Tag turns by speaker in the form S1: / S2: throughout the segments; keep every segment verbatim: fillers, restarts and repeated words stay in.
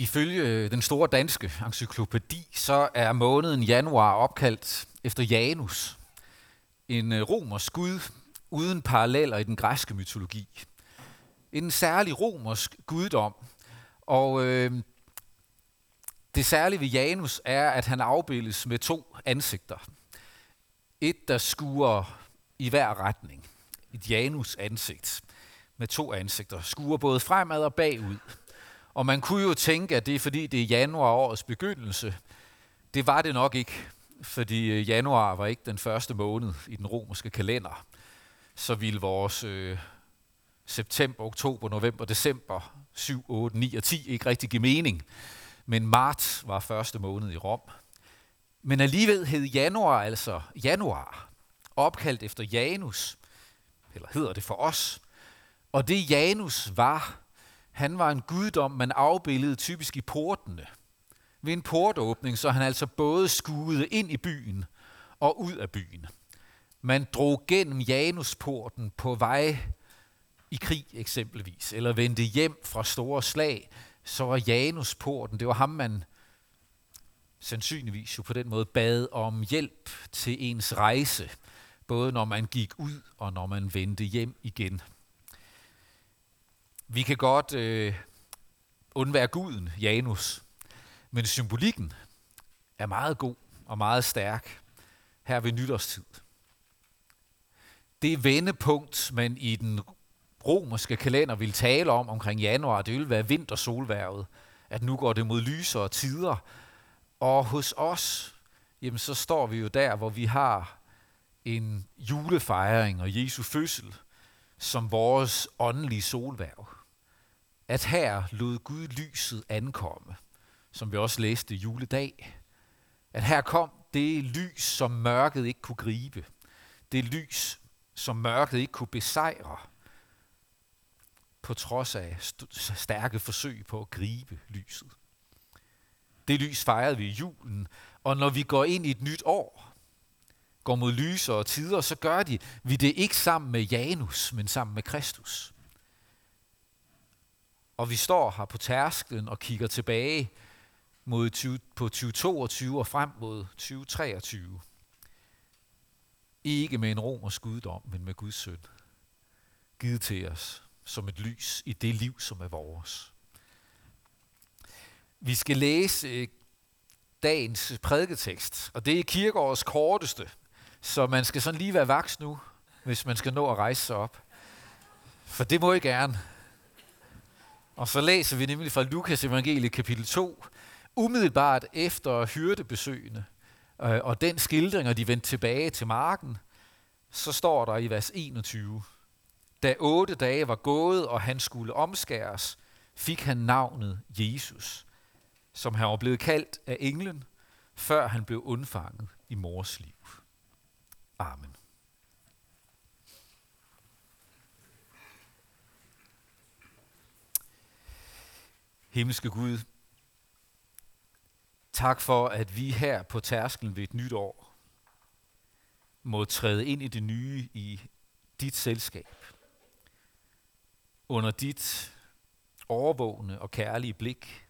S1: Ifølge den store danske encyklopædi, så er måneden januar opkaldt efter Janus, en romersk gud uden paralleller i den græske mytologi. En særlig romersk guddom, og øh, det særlige ved Janus er, at han afbildes med to ansigter. Et, der skuer i hver retning. Et Janus ansigt med to ansigter. Skuer både fremad og bagud. Og man kunne jo tænke, at det er fordi, det er januar årets begyndelse. Det var det nok ikke, fordi januar var ikke den første måned i den romerske kalender. Så ville vores øh, september, oktober, november, december, syv, otte, ni og ti ikke rigtig give mening. Men marts var første måned i Rom. Men alligevel hed januar altså januar, opkaldt efter Janus, eller hedder det for os. Og det Janus var, han var en guddom, man afbildede typisk i portene. Ved en portåbning, så han altså både skuede ind i byen og ud af byen. Man drog gennem Janusporten på vej i krig eksempelvis, eller vendte hjem fra store slag, så var Janusporten, det var ham, man sandsynligvis jo på den måde bad om hjælp til ens rejse, både når man gik ud og når man vendte hjem igen. Vi kan godt øh, undvære guden, Janus, men symbolikken er meget god og meget stærk her ved nytårstid. Det vendepunkt, man i den romerske kalender vil tale om omkring januar, det vil være vintersolhvervet, at nu går det mod lysere tider. Og hos os, jamen så står vi jo der, hvor vi har en julefejring og Jesu fødsel som vores åndelige solhverv. At her lod Gud lyset ankomme, som vi også læste juledag. At her kom det lys, som mørket ikke kunne gribe. Det lys, som mørket ikke kunne besejre, på trods af st- stærke forsøg på at gribe lyset. Det lys fejrede vi i julen, og når vi går ind i et nyt år, går mod lysere tider, så gør de, vi det ikke sammen med Janus, men sammen med Kristus. Og vi står her på tærsklen og kigger tilbage mod tyve, på tyve toogtyve og frem mod tyve treogtyve. Ikke med en romersk guddom, men med Guds søn. Givet til os som et lys i det liv, som er vores. Vi skal læse dagens prædiketekst, og det er Kierkegaards korteste, så man skal sådan lige være vaks nu, hvis man skal nå at rejse sig op. For det må I gerne. Og så læser vi nemlig fra Lukas evangeliet kapitel to, umiddelbart efter hyrdebesøgene, og den skildring, og de vendte tilbage til marken, så står der i vers enogtyve, da otte dage var gået, og han skulle omskæres, fik han navnet Jesus, som han var blevet kaldt af englen, før han blev undfanget i mors liv. Amen. Himmelske Gud, tak for, at vi her på tærsklen ved et nyt år må træde ind i det nye i dit selskab. Under dit overvågende og kærlige blik,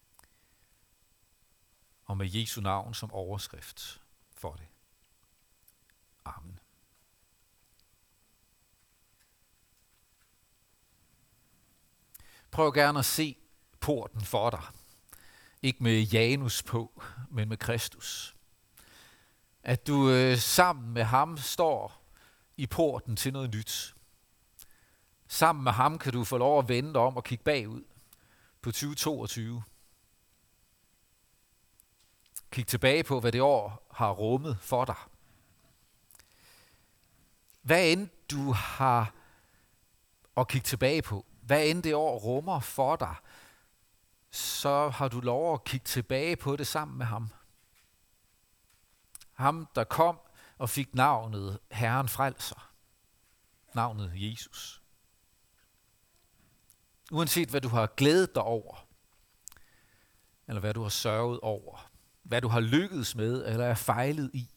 S1: og med Jesu navn som overskrift for det. Amen. Prøv gerne at se porten for dig. Ikke med Janus på, men med Kristus. At du øh, sammen med ham står i porten til noget nyt. Sammen med ham kan du få lov at vende om og kigge bagud på tyve toogtyve. Kig tilbage på, hvad det år har rummet for dig. Hvad end du har at kigge tilbage på, hvad end det år rummer for dig, så har du lov at kigge tilbage på det sammen med ham. Ham, der kom og fik navnet Herren Frelser. Navnet Jesus. Uanset hvad du har glædet dig over, eller hvad du har sørget over, hvad du har lykkedes med, eller er fejlet i.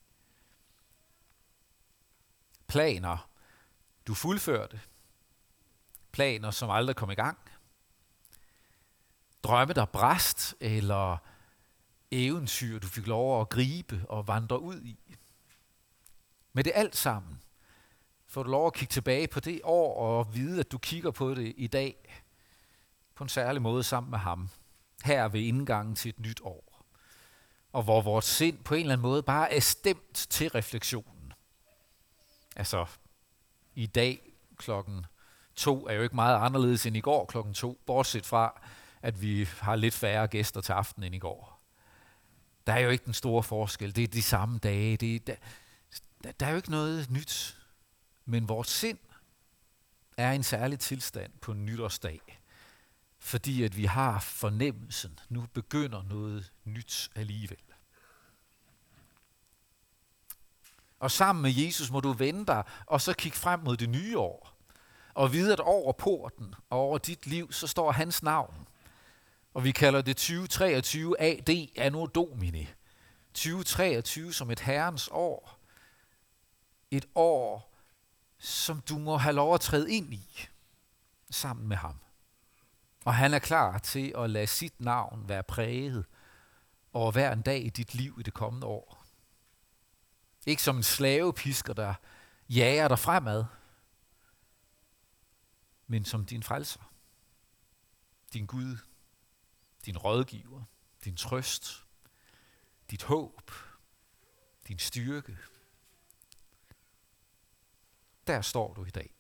S1: Planer, du fuldførte. Planer, som aldrig kom i gang. drømme, der brast, eller eventyr, du fik lov at gribe og vandre ud i. Med det alt sammen får du lov at kigge tilbage på det år og vide, at du kigger på det i dag på en særlig måde sammen med ham. Her ved indgangen til et nyt år. Og hvor vores sind på en eller anden måde bare er stemt til refleksionen. Altså, i dag klokken to er jo ikke meget anderledes end i går klokken to, bortset fra, at vi har lidt færre gæster til aften end i går. Der er jo ikke den store forskel. Det er de samme dage. Det er, der, der, der er jo ikke noget nyt. Men vores sind er i en særlig tilstand på en nytårsdag. Fordi at vi har fornemmelsen, nu begynder noget nyt alligevel. Og sammen med Jesus må du vende dig, og så kigge frem mod det nye år. Og vide, at over porten og over dit liv, så står hans navn. Og vi kalder det tyve treogtyve A D Anno Domini. tyve treogtyve som et herrens år. Et år, som du må have lov at træde ind i, sammen med ham. Og han er klar til at lade sit navn være præget over hver en dag i dit liv i det kommende år. Ikke som en slavepisker, der jager dig fremad, men som din frelser, din Gud, din rådgiver, din trøst, dit håb, din styrke. Der står du i dag.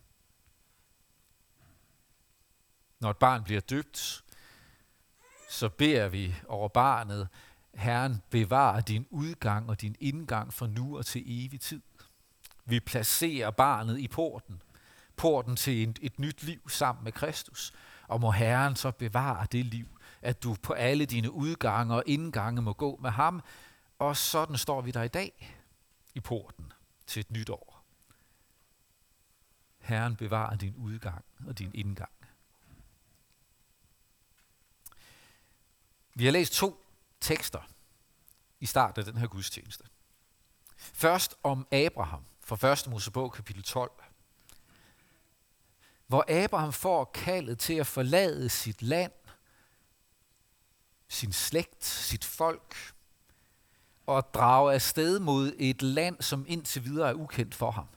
S1: Når et barn bliver døbt, så beder vi over barnet, Herren, bevar din udgang og din indgang fra nu og til evig tid. Vi placerer barnet i porten, porten til et, et nyt liv sammen med Kristus, og må Herren så bevare det liv, at du på alle dine udgange og indgange må gå med ham, og sådan står vi der i dag i porten til et nyt år. Herren bevarer din udgang og din indgang. Vi har læst to tekster i starten af den her gudstjeneste. Først om Abraham, fra første Mosebog kapitel tolv, hvor Abraham får kaldet til at forlade sit land, sin slægt, sit folk, og drage afsted mod et land, som indtil videre er ukendt for ham.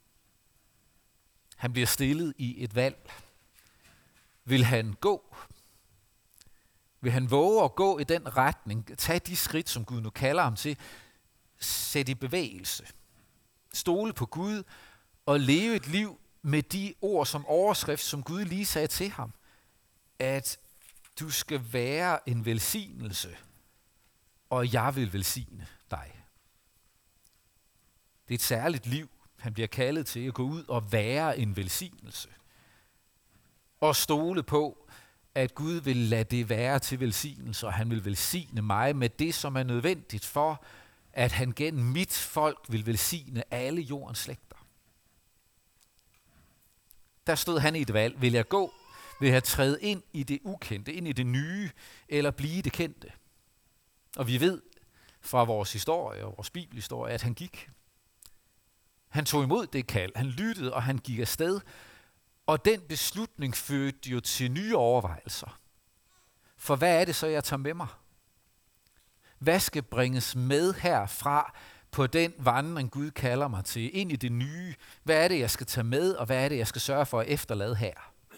S1: Han bliver stillet i et valg. Vil han gå? Vil han våge at gå i den retning? Tag de skridt, som Gud nu kalder ham til. Sæt i bevægelse. Stole på Gud og leve et liv med de ord som overskrift, som Gud lige sagde til ham. At du skal være en velsignelse, og jeg vil velsigne dig. Det er et særligt liv, han bliver kaldet til at gå ud og være en velsignelse. Og stole på, at Gud vil lade det være til velsignelse, og han vil velsigne mig med det, som er nødvendigt for, at han gennem mit folk vil velsigne alle jordens slægter. Der stod han i et valg. Vil jeg gå? Vil jeg træde ind i det ukendte, ind i det nye, eller blive det kendte? Og vi ved fra vores historie og vores bibelhistorie, at han gik. Han tog imod det kald, han lyttede, og han gik afsted. Og den beslutning førte jo til nye overvejelser. For hvad er det så, jeg tager med mig? Hvad skal bringes med herfra på den vandring, Gud kalder mig til, ind i det nye? Hvad er det, jeg skal tage med, og hvad er det, jeg skal sørge for at efterlade her?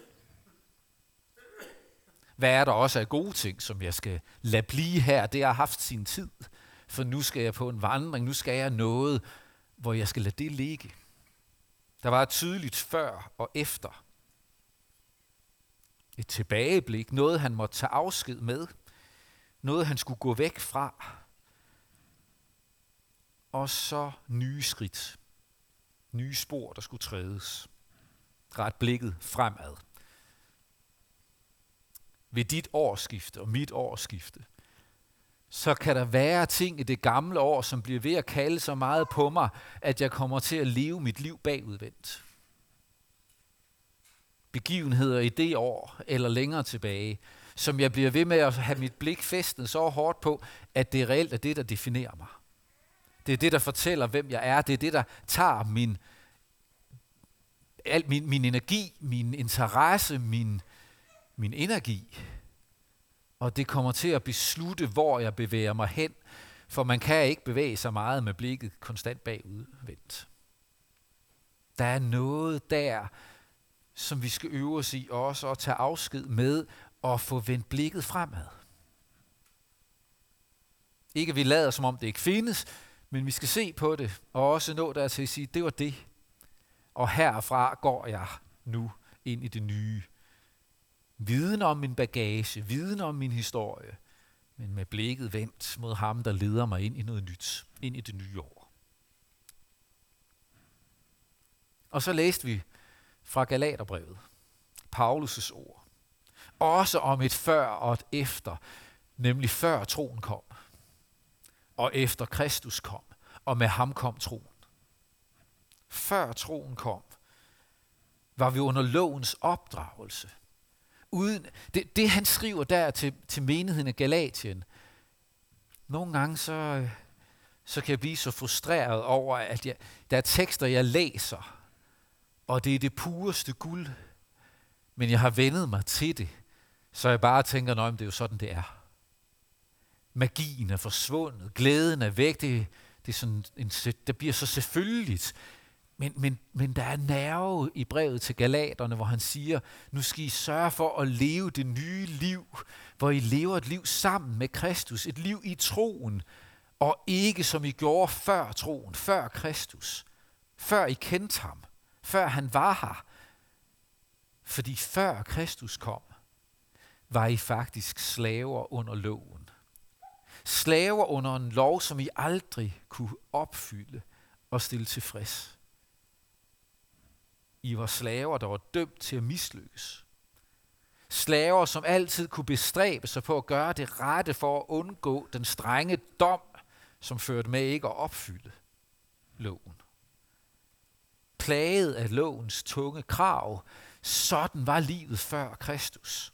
S1: Hvad er der også af gode ting, som jeg skal lade blive her? Det har haft sin tid, for nu skal jeg på en vandring, nu skal jeg noget, hvor jeg skal lade det ligge. Der var et tydeligt før og efter. Et tilbageblik, noget han måtte tage afsked med, noget han skulle gå væk fra. Og så nye skridt, nye spor, der skulle trædes. Ret blikket fremad. Ved dit årsskifte og mit årsskifte, så kan der være ting i det gamle år, som bliver ved at kalde så meget på mig, at jeg kommer til at leve mit liv bagudvendt. Begivenheder i det år eller længere tilbage, som jeg bliver ved med at have mit blik fæstet så hårdt på, at det reelt er det, der definerer mig. Det er det, der fortæller, hvem jeg er. Det er det, der tager min, al min, min energi, min interesse, min, min energi. Og det kommer til at beslutte, hvor jeg bevæger mig hen, for man kan ikke bevæge sig meget med blikket konstant bagudvendt. Der er noget der, som vi skal øve os i også at tage afsked med og få vendt blikket fremad. Ikke at vi lader, som om det ikke findes, men vi skal se på det og også nå der til at sige, det var det. Og herfra går jeg nu ind i det nye. Viden om min bagage, viden om min historie, men med blikket vendt mod ham, der leder mig ind i noget nyt, ind i det nye år. Og så læste vi fra Galaterbrevet, Paulus' ord, også om et før og et efter, nemlig før troen kom, og efter Kristus kom, og med ham kom troen. Før troen kom, var vi under lovens opdragelse. Uden, det, det han skriver der til, til menigheden af Galatien, nogle gange så, så kan jeg blive så frustreret over, at jeg, der er tekster, jeg læser, og det er det pureste guld, men jeg har vendet mig til det, så jeg bare tænker, nej, det er jo sådan, det er. Magien er forsvundet, glæden er væk, det, det, er sådan en, det bliver så selvfølgeligt. Men, men, men der er nerve i brevet til Galaterne, hvor han siger, nu skal I sørge for at leve det nye liv, hvor I lever et liv sammen med Kristus, et liv i troen, og ikke som I gjorde før troen, før Kristus, før I kendte ham, før han var her. Fordi før Kristus kom, var I faktisk slaver under loven. Slaver under en lov, som I aldrig kunne opfylde og stille tilfreds. I var slaver, der var dømt til at mislykkes. Slaver, som altid kunne bestræbe sig på at gøre det rette for at undgå den strenge dom, som førte med ikke at opfylde loven. Plaget af lovens tunge krav, sådan var livet før Kristus.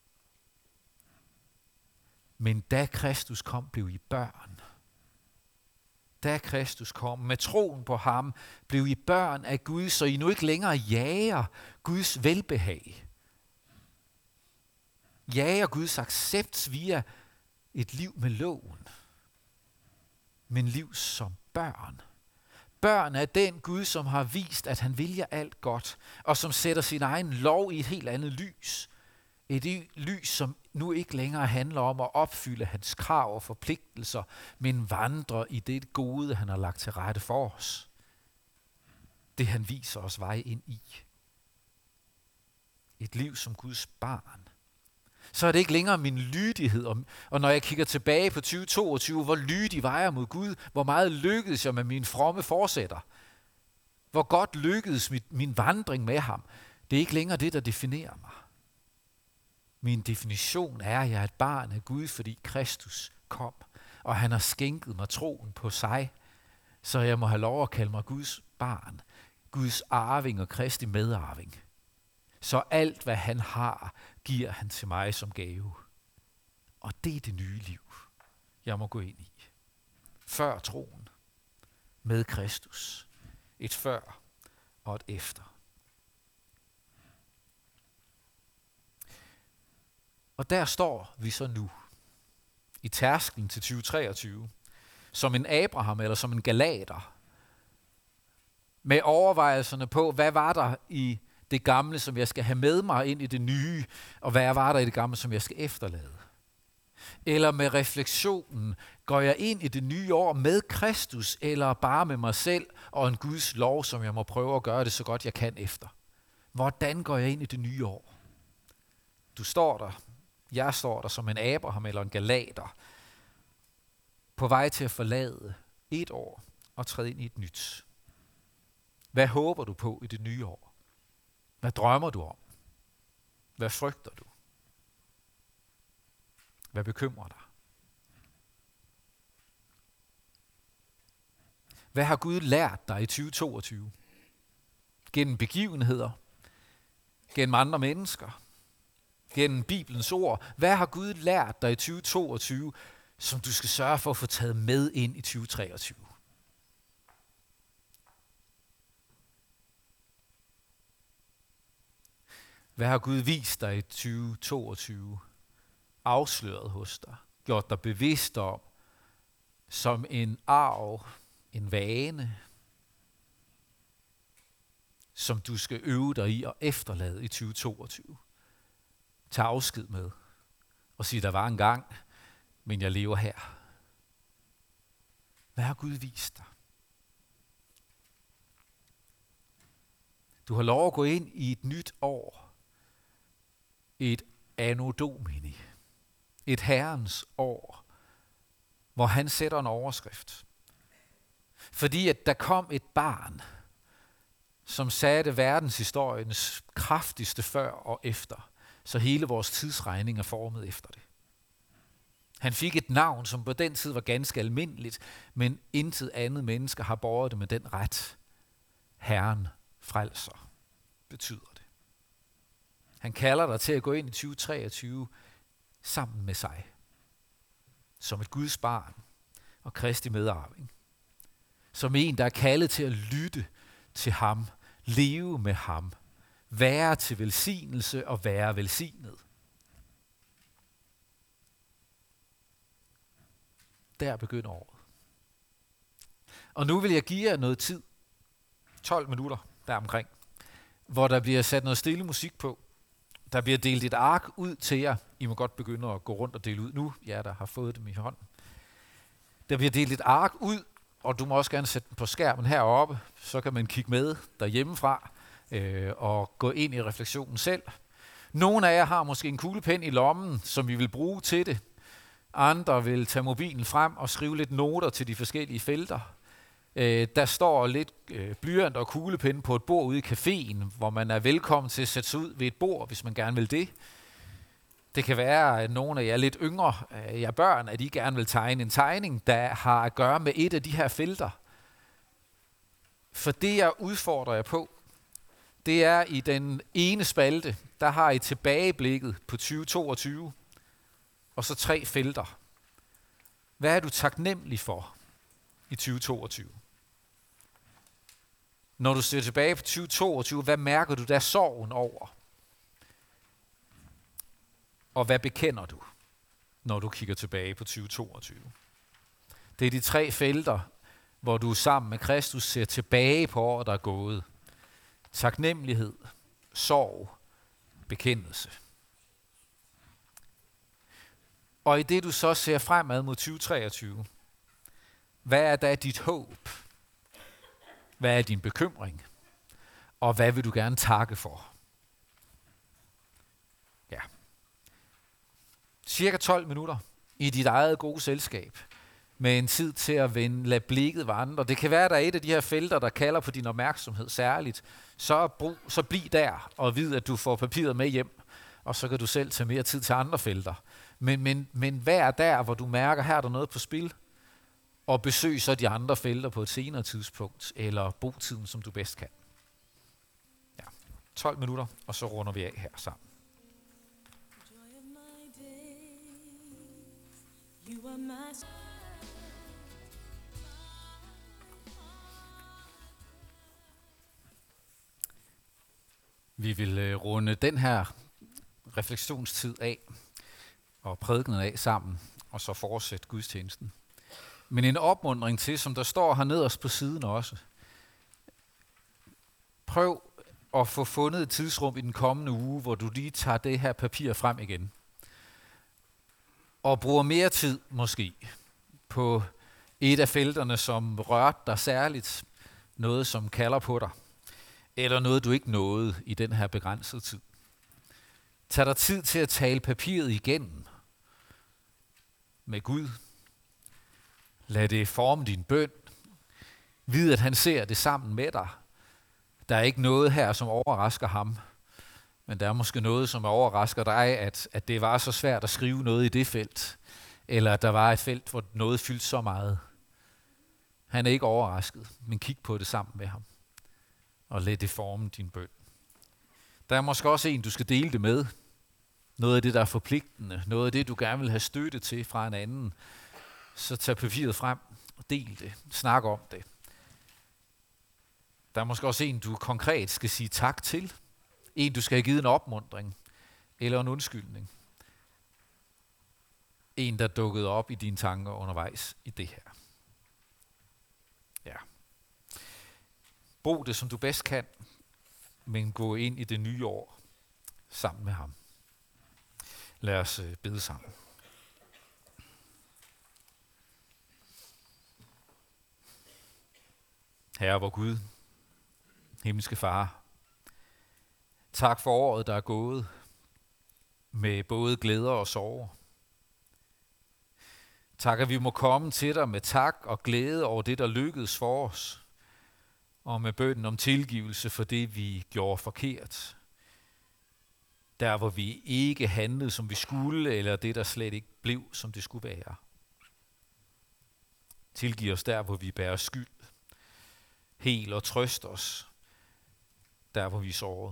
S1: Men da Kristus kom, blev I børn. Da Kristus kom, med troen på ham, blev I børn af Gud, så I nu ikke længere jager Guds velbehag. Jager Guds accept via et liv med loven, men liv som børn. Børn er den Gud, som har vist, at han vil jer alt godt, og som sætter sin egen lov i et helt andet lys. Et lys, som nu ikke længere handler om at opfylde hans krav og forpligtelser, men vandre i det gode, han har lagt til rette for os. Det han viser os vej ind i. Et liv som Guds barn. Så er det ikke længere min lydighed, og når jeg kigger tilbage på tyve toogtyve, hvor lydig var jeg mod Gud, hvor meget lykkedes jeg med mine fromme forsætter, hvor godt lykkedes mit, min vandring med ham, det er ikke længere det, der definerer mig. Min definition er, at jeg er et barn af Gud, fordi Kristus kom, og han har skænket mig troen på sig, så jeg må have lov at kalde mig Guds barn, Guds arving og Kristi medarving. Så alt, hvad han har, giver han til mig som gave. Og det er det nye liv, jeg må gå ind i. Før troen, med Kristus. Et før og et efter. Og der står vi så nu, i tærsklen til tyve treogtyve, som en Abraham eller som en Galater, med overvejelserne på, hvad var der i det gamle, som jeg skal have med mig ind i det nye, og hvad var der i det gamle, som jeg skal efterlade. Eller med refleksionen, går jeg ind i det nye år med Kristus, eller bare med mig selv og en Guds lov, som jeg må prøve at gøre det så godt jeg kan efter. Hvordan går jeg ind i det nye år? Du står der, jeg står der som en Abraham eller en Galater, på vej til at forlade et år og træde ind i et nyt. Hvad håber du på i det nye år? Hvad drømmer du om? Hvad frygter du? Hvad bekymrer dig? Hvad har Gud lært dig i tyve toogtyve? Gennem begivenheder? Gennem andre mennesker? Gennem Bibelens ord? Hvad har Gud lært dig i tyve toogtyve, som du skal sørge for at få taget med ind i tyve treogtyve? Hvad har Gud vist dig i tyve toogtyve? afsløret hos dig, gjort dig bevidst om, som en arv, en vane, som du skal øve dig i at efterlade i tyve toogtyve. Tag afsked med og sige, der var en gang, men jeg lever her. Hvad har Gud vist dig? Du har lov at gå ind i et nyt år. Et anno domini. Et Herrens år, hvor han sætter en overskrift. Fordi at der kom et barn, som satte verdenshistoriens kraftigste før og efter, så hele vores tidsregning er formet efter det. Han fik et navn, som på den tid var ganske almindeligt, men intet andet menneske har båret det med den ret. Herren frelser, betyder det. Han kalder dig til at gå ind i tyve treogtyve sammen med sig, som et Guds barn og Kristi medarving. Som en, der er kaldet til at lytte til ham, leve med ham, være til velsignelse og være velsignet. Der begynder året. Og nu vil jeg give jer noget tid, tolv minutter deromkring, hvor der bliver sat noget stille musik på. Der bliver delt et ark ud til jer. I må godt begynde at gå rundt og dele ud nu, jer der har fået dem i hånden. Der bliver delt et ark ud, og du må også gerne sætte den på skærmen heroppe, så kan man kigge med derhjemmefra øh, og gå ind i refleksionen selv. Nogle af jer har måske en kuglepen i lommen, som vi vil bruge til det. Andre vil tage mobilen frem og skrive lidt noter til de forskellige felter. Øh, der står lidt øh, blyant og kuglepen på et bord ude i caféen, hvor man er velkommen til at sætte sig ud ved et bord, hvis man gerne vil det. Det kan være, at nogle af jer lidt yngre, øh, jer børn, at I gerne vil tegne en tegning, der har at gøre med et af de her felter. For det, jeg udfordrer jer på, det er i den ene spalte, der har I tilbageblikket på tyve toogtyve, og så tre felter. Hvad er du taknemmelig for i tyve toogtyve? Når du ser tilbage på tyve toogtyve, hvad mærker du der sorgen over? Og hvad bekender du, når du kigger tilbage på tyve toogtyve? Det er de tre felter, hvor du sammen med Kristus ser tilbage på året, der er gået. Taknemmelighed, sorg, bekendelse. Og i det du så ser fremad mod tyve treogtyve, hvad er da dit håb? Hvad er din bekymring? Og hvad vil du gerne takke for? Ja. Cirka tolv minutter i dit eget gode selskab, med en tid til at vende, lade blikket vandre. Det kan være, at der er et af de her felter, der kalder på din opmærksomhed særligt. Så, brug, så bliv der og vid, at du får papiret med hjem, og så kan du selv tage mere tid til andre felter. Men, men, men vær der, hvor du mærker, her er der noget på spil, og besøg så de andre felter på et senere tidspunkt, eller brug tiden, som du bedst kan. Ja, tolv minutter, og så runder vi af her sammen. Vi vil øh, runde den her refleksionstid af, og prædikenen af sammen, og så fortsætte gudstjenesten. Men en opmuntring til, som der står her nederst på siden også. Prøv at få fundet et tidsrum i den kommende uge, hvor du lige tager det her papir frem igen. Og bruger mere tid måske på et af felterne, som rørte dig særligt. Noget, som kalder på dig. Eller noget, du ikke nåede i den her begrænsede tid. Tag dig tid til at tale papiret igennem med Gud. Lad det forme din bøn. Vid, at han ser det sammen med dig. Der er ikke noget her, som overrasker ham. Men der er måske noget, som overrasker dig, at, at det var så svært at skrive noget i det felt. Eller at der var et felt, hvor noget fyldte så meget. Han er ikke overrasket, men kig på det sammen med ham. Og lad det forme din bøn. Der er måske også en, du skal dele det med. Noget af det, der er forpligtende. Noget af det, du gerne vil have støtte til fra en anden. Så tag papiret frem og del det. Snak om det. Der er måske også en, du konkret skal sige tak til. En, du skal have givet en opmuntring eller en undskyldning. en, der dukkede op i dine tanker undervejs i det her. Ja. Brug det, som du bedst kan, men gå ind i det nye år sammen med ham. Lad os bede sammen. Herre vor Gud, himmelske Far, tak for året, der er gået, med både glæder og sorger. Tak, at vi må komme til dig med tak og glæde over det, der lykkedes for os, og med bønnen om tilgivelse for det, vi gjorde forkert. Der, hvor vi ikke handlede, som vi skulle, eller det, der slet ikke blev, som det skulle være. Tilgiv os der, hvor vi bærer skyld. Hel og trøst os, der, hvor vi er såret.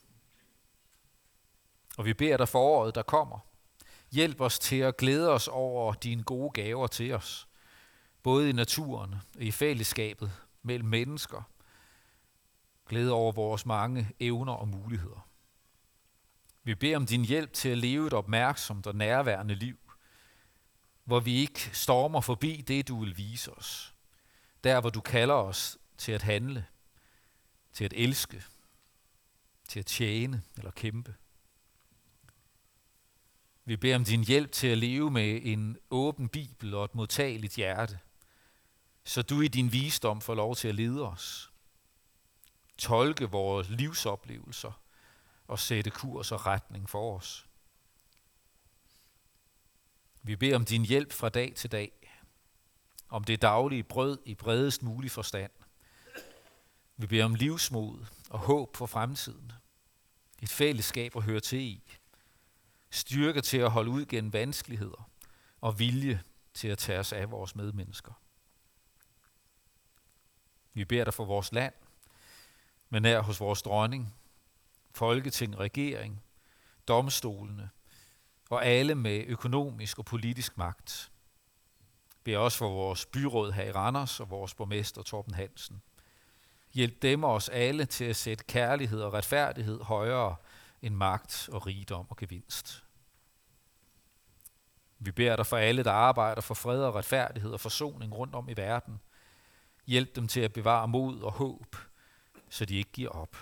S1: Og vi beder dig for året, der kommer. Hjælp os til at glæde os over dine gode gaver til os, både i naturen og i fællesskabet mellem mennesker. Glæde over vores mange evner og muligheder. Vi beder om din hjælp til at leve et opmærksomt og nærværende liv, hvor vi ikke stormer forbi det, du vil vise os. Der, hvor du kalder os til at handle, til at elske, til at tjene eller kæmpe. Vi beder om din hjælp til at leve med en åben bibel og et modtageligt hjerte, så du i din visdom får lov til at lede os, tolke vores livsoplevelser og sætte kurs og retning for os. Vi beder om din hjælp fra dag til dag, om det daglige brød i bredest mulig forstand. Vi beder om livsmod og håb for fremtiden, et fællesskab at høre til i, styrke til at holde ud gennem vanskeligheder og vilje til at tage os af vores medmennesker. Vi beder dig for vores land, men nær hos vores dronning, Folketing, regering, domstolene og alle med økonomisk og politisk magt. Vi beder også for vores byråd her i Randers og vores borgmester Torben Hansen. Hjælp dem og os alle til at sætte kærlighed og retfærdighed højere end magt og rigdom og gevinst. Vi beder dig for alle, der arbejder for fred og retfærdighed og forsoning rundt om i verden. Hjælp dem til at bevare mod og håb, så de ikke giver op.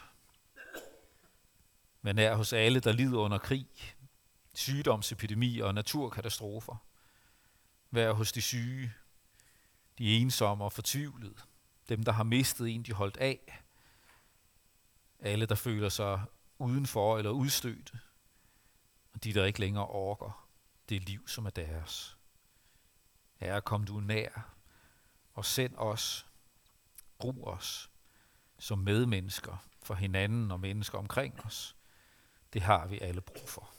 S1: Men nær hos alle, der lider under krig, sygdomsepidemier og naturkatastrofer. Vær hos de syge, de ensomme og fortvivlede, dem, der har mistet en, de holdt af. Alle, der føler sig udenfor eller udstødte, og de, der ikke længere orker det liv, som er deres. Herre, kom du nær og send os, brug os som medmennesker for hinanden og mennesker omkring os. Det har vi alle brug for.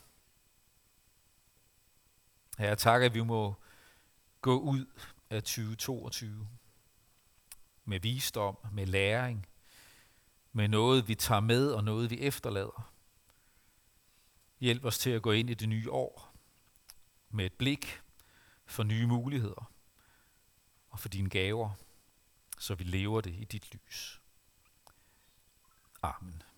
S1: Herre, tak, at vi må gå ud af tyve toogtyve med visdom, med læring, med noget, vi tager med og noget, vi efterlader. Hjælp os til at gå ind i det nye år med et blik for nye muligheder og for dine gaver, så vi lever det i dit lys. Amen.